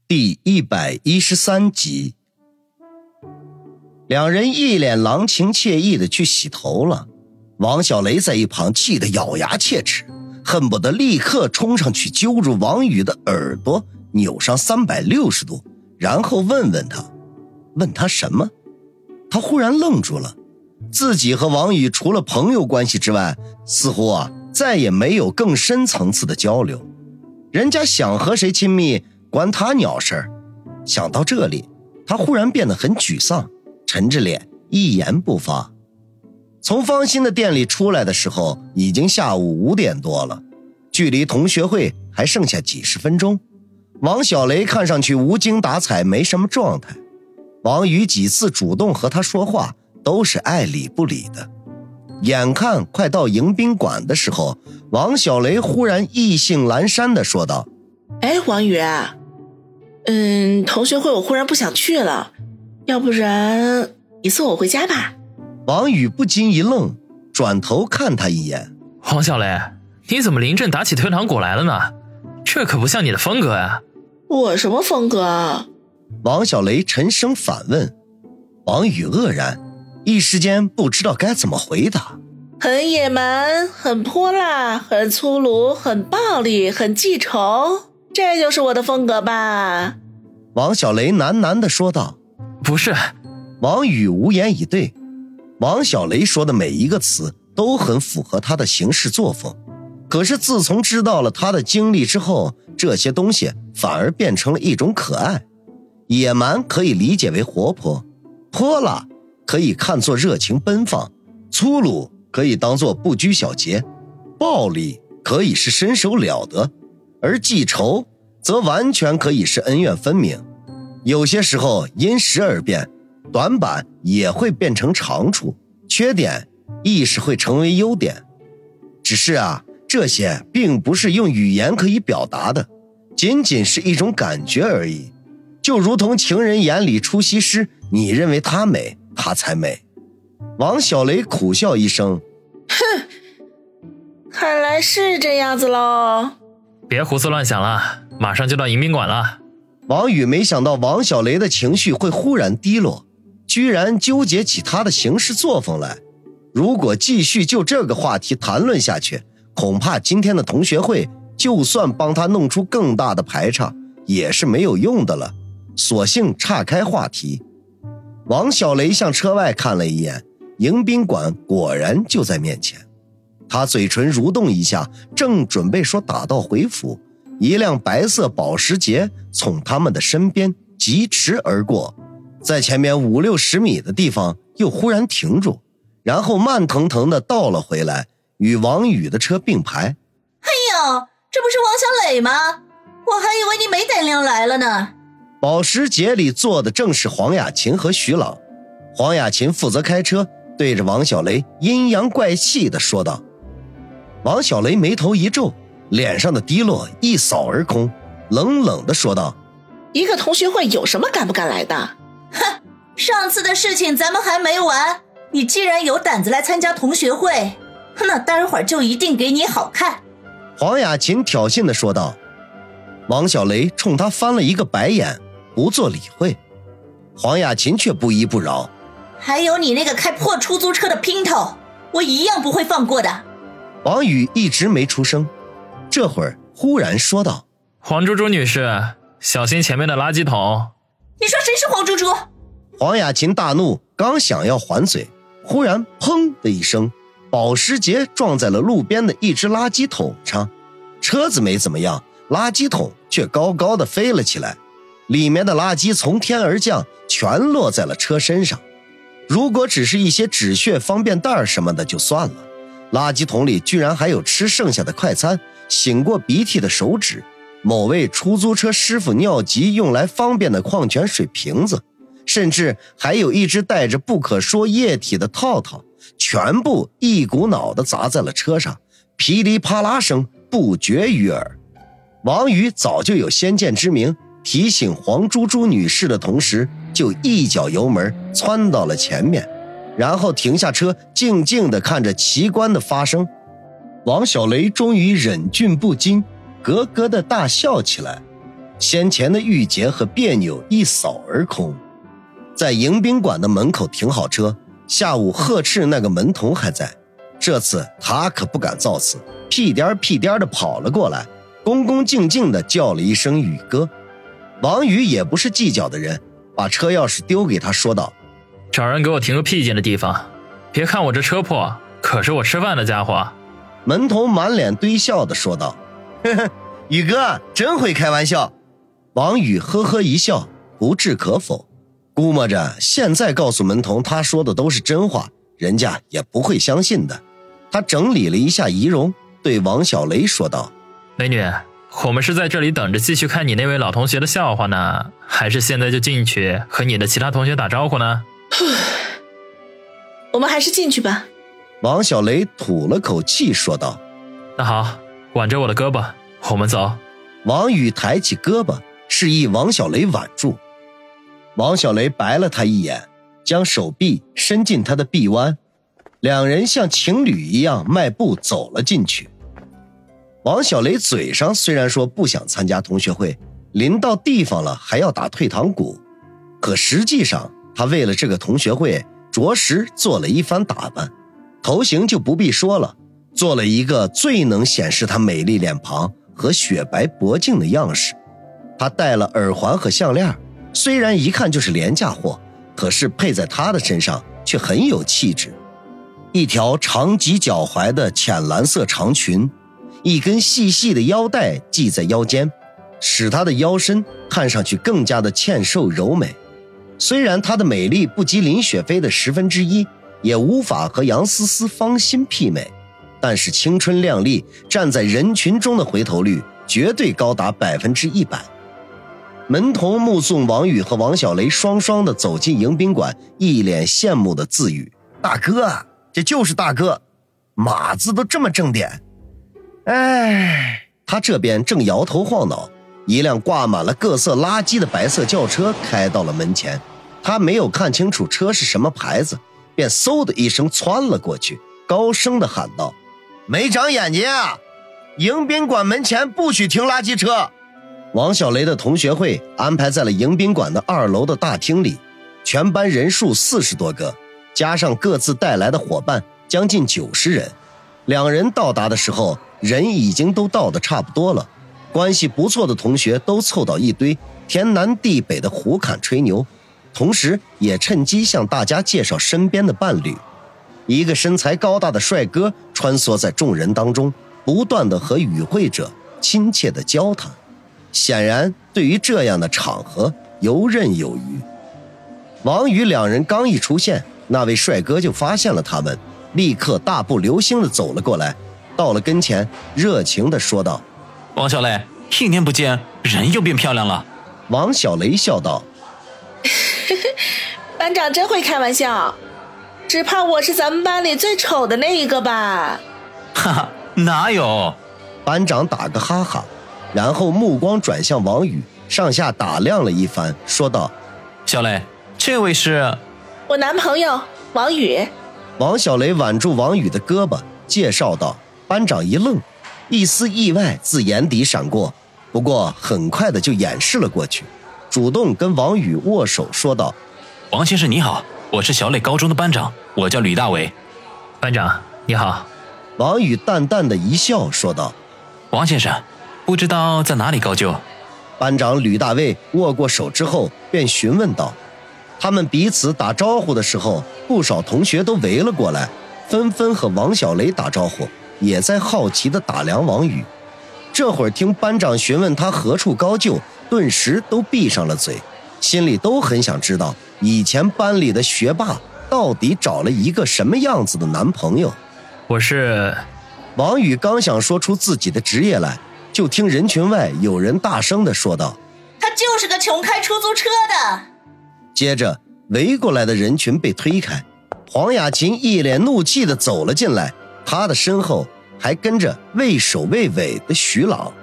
第113集。两人一脸郎情惬意的去洗头了，王小雷在一旁气得咬牙切齿，恨不得立刻冲上去揪住王宇的耳朵，扭上360度，然后问他什么？他忽然愣住了，自己和王宇除了朋友关系之外，似乎再也没有更深层次的交流。人家想和谁亲密，关他鸟事儿。想到这里，他忽然变得很沮丧，沉着脸一言不发。从方心的店里出来的时候，已经下午5点多了，距离同学会还剩下几十分钟。王小雷看上去无精打采，没什么状态。王宇几次主动和他说话，都是爱理不理的。眼看快到迎宾馆的时候，王小雷忽然意兴阑珊地说道： 王宇，同学会我忽然不想去了，要不然你送我回家吧。 王宇不禁一愣，转头看他一眼。 王小雷，你怎么临阵打起退堂鼓来了呢？这可不像你的风格呀。 我什么风格啊？ 王小雷沉声反问。王宇愕然，一时间不知道该怎么回答。 很野蛮，很泼辣，很粗鲁，很暴力，很记仇，这就是我的风格吧？ 王小雷喃喃地说道。 不是。 王宇无言以对。王小雷说的每一个词都很符合他的行事作风，可是自从知道了他的经历之后，这些东西反而变成了一种可爱。野蛮可以理解为活泼，泼辣可以看作热情奔放，粗鲁可以当作不拘小节，暴力可以是身手了得，而记仇则完全可以是恩怨分明。有些时候因时而变，短板也会变成长处，缺点亦是会成为优点。只是这些并不是用语言可以表达的，仅仅是一种感觉而已。就如同情人眼里出西施，你认为她美，她才美。王小雷苦笑一声， 哼，看来是这样子咯。 别胡思乱想了，马上就到迎宾馆了。 王宇没想到王小雷的情绪会忽然低落，居然纠结起他的行事作风来。如果继续就这个话题谈论下去，恐怕今天的同学会就算帮他弄出更大的排场，也是没有用的了，索性岔开话题。王小雷向车外看了一眼，迎宾馆果然就在面前。他嘴唇蠕动一下，正准备说打道回府，一辆白色保时捷从他们的身边疾驰而过，在前面50-60米的地方又忽然停住，然后慢腾腾地倒了回来，与王宇的车并排。 哎呦，这不是王小磊吗？我还以为你没胆量来了呢。 保时捷里坐的正是黄雅琴和徐朗。黄雅琴负责开车，对着王小雷阴阳怪气地说道。王小雷眉头一皱，脸上的低落一扫而空，冷冷地说道： 一个同学会有什么敢不敢来的？ 哼，上次的事情咱们还没完，你既然有胆子来参加同学会，那待会儿就一定给你好看。 黄雅琴挑衅地说道。王小雷冲他翻了一个白眼，不做理会。黄雅琴却不依不饶： 还有你那个开破出租车的姘头，我一样不会放过的。 王宇一直没出声，这会儿忽然说道： 黄猪猪女士，小心前面的垃圾桶。 你说谁是黄猪猪？ 黄雅琴大怒，刚想要还嘴，忽然砰的一声，保时捷撞在了路边的一只垃圾桶上。车子没怎么样，垃圾桶却高高的飞了起来，里面的垃圾从天而降，全落在了车身上。如果只是一些纸屑方便袋什么的就算了，垃圾桶里居然还有吃剩下的快餐，擤过鼻涕的手纸，某位出租车师傅尿急用来方便的矿泉水瓶子，甚至还有一只带着不可说液体的套套，全部一股脑地砸在了车上，噼里啪啦声不绝于耳。王宇早就有先见之明，提醒黄猪猪女士的同时，就一脚油门窜到了前面，然后停下车，静静地看着奇观的发生。王小雷终于忍俊不禁，咯咯地大笑起来。 先前的郁结和别扭一扫而空。在迎宾馆的门口停好车，下午呵斥那个门童还在，这次他可不敢造次，屁颠屁颠的跑了过来，恭恭敬敬的叫了一声宇哥。王宇也不是计较的人，把车钥匙丢给他说道， 找人给我停个僻静的地方，别看我这车破，可是我吃饭的家伙。 门童满脸堆笑的说道，呵呵，宇哥真会开玩笑。王宇呵呵一笑，不置可否，估摸着现在告诉门童他说的都是真话，人家也不会相信的。他整理了一下仪容，对王小雷说道， 美女，我们是在这里等着继续看你那位老同学的笑话呢，还是现在就进去和你的其他同学打招呼呢？ 我们还是进去吧。 王小雷吐了口气说道， 那好，挽着我的胳膊，我们走。 王宇抬起胳膊示意王小雷挽住。王小雷白了他一眼，将手臂伸进他的臂弯，两人像情侣一样迈步走了进去。王小雷嘴上虽然说不想参加同学会，临到地方了还要打退堂鼓，可实际上他为了这个同学会着实做了一番打扮，头型就不必说了，做了一个最能显示她美丽脸庞和雪白脖颈的样式。她戴了耳环和项链，虽然一看就是廉价货，可是配在她的身上却很有气质。一条长及脚踝的浅蓝色长裙，一根细细的腰带系在腰间，使她的腰身看上去更加的纤瘦柔美。虽然她的美丽不及林雪飞的1/10，也无法和杨思思、方心媲美，但是青春靓丽站在人群中的回头率绝对高达100%。门童目送王宇和王小雷双双的走进迎宾馆，一脸羡慕的自语，大哥，这就是大哥，码子都这么正点。哎，他这边正摇头晃脑，一辆挂满了各色垃圾的白色轿车开到了门前，他没有看清楚车是什么牌子，便嗖的一声窜了过去，高声的喊道，没长眼睛啊，迎宾馆门前不许停垃圾车。王小雷的同学会安排在了迎宾馆的2楼的大厅里，全班人数40多个，加上各自带来的伙伴将近90人。两人到达的时候，人已经都到得差不多了，关系不错的同学都凑到一堆，天南地北的胡侃吹牛，同时也趁机向大家介绍身边的伴侣。一个身材高大的帅哥穿梭在众人当中，不断地和与会者亲切地交谈，显然对于这样的场合游刃有余。王宇两人刚一出现，那位帅哥就发现了他们，立刻大步流星地走了过来，到了跟前热情地说道， 王小雷，1年不见人又变漂亮了。 王小雷笑道， 班长真会开玩笑，只怕我是咱们班里最丑的那一个吧。 哈哈，哪有。 班长打个哈哈，然后目光转向王宇，上下打量了一番，说道， 小雷，这位是我男朋友王宇。 王小雷挽住王宇的胳膊介绍道。班长一愣，一丝意外自眼底闪过，不过很快的就掩饰了过去，主动跟王宇握手说道， 王先生你好，我是小磊高中的班长，我叫吕大伟。 班长你好。 王宇淡淡的一笑说道， 王先生不知道在哪里高就。 班长吕大卫握过手之后便询问道。他们彼此打招呼的时候，不少同学都围了过来，纷纷和王小雷打招呼，也在好奇地打量王宇。这会儿听班长询问他何处高就，顿时都闭上了嘴，心里都很想知道以前班里的学霸到底找了一个什么样子的男朋友。 我是…… 王宇刚想说出自己的职业来，就听人群外有人大声地说道， 他就是个穷开出租车的。 接着围过来的人群被推开，黄雅琴一脸怒气地走了进来，她的身后还跟着畏首畏尾的徐朗。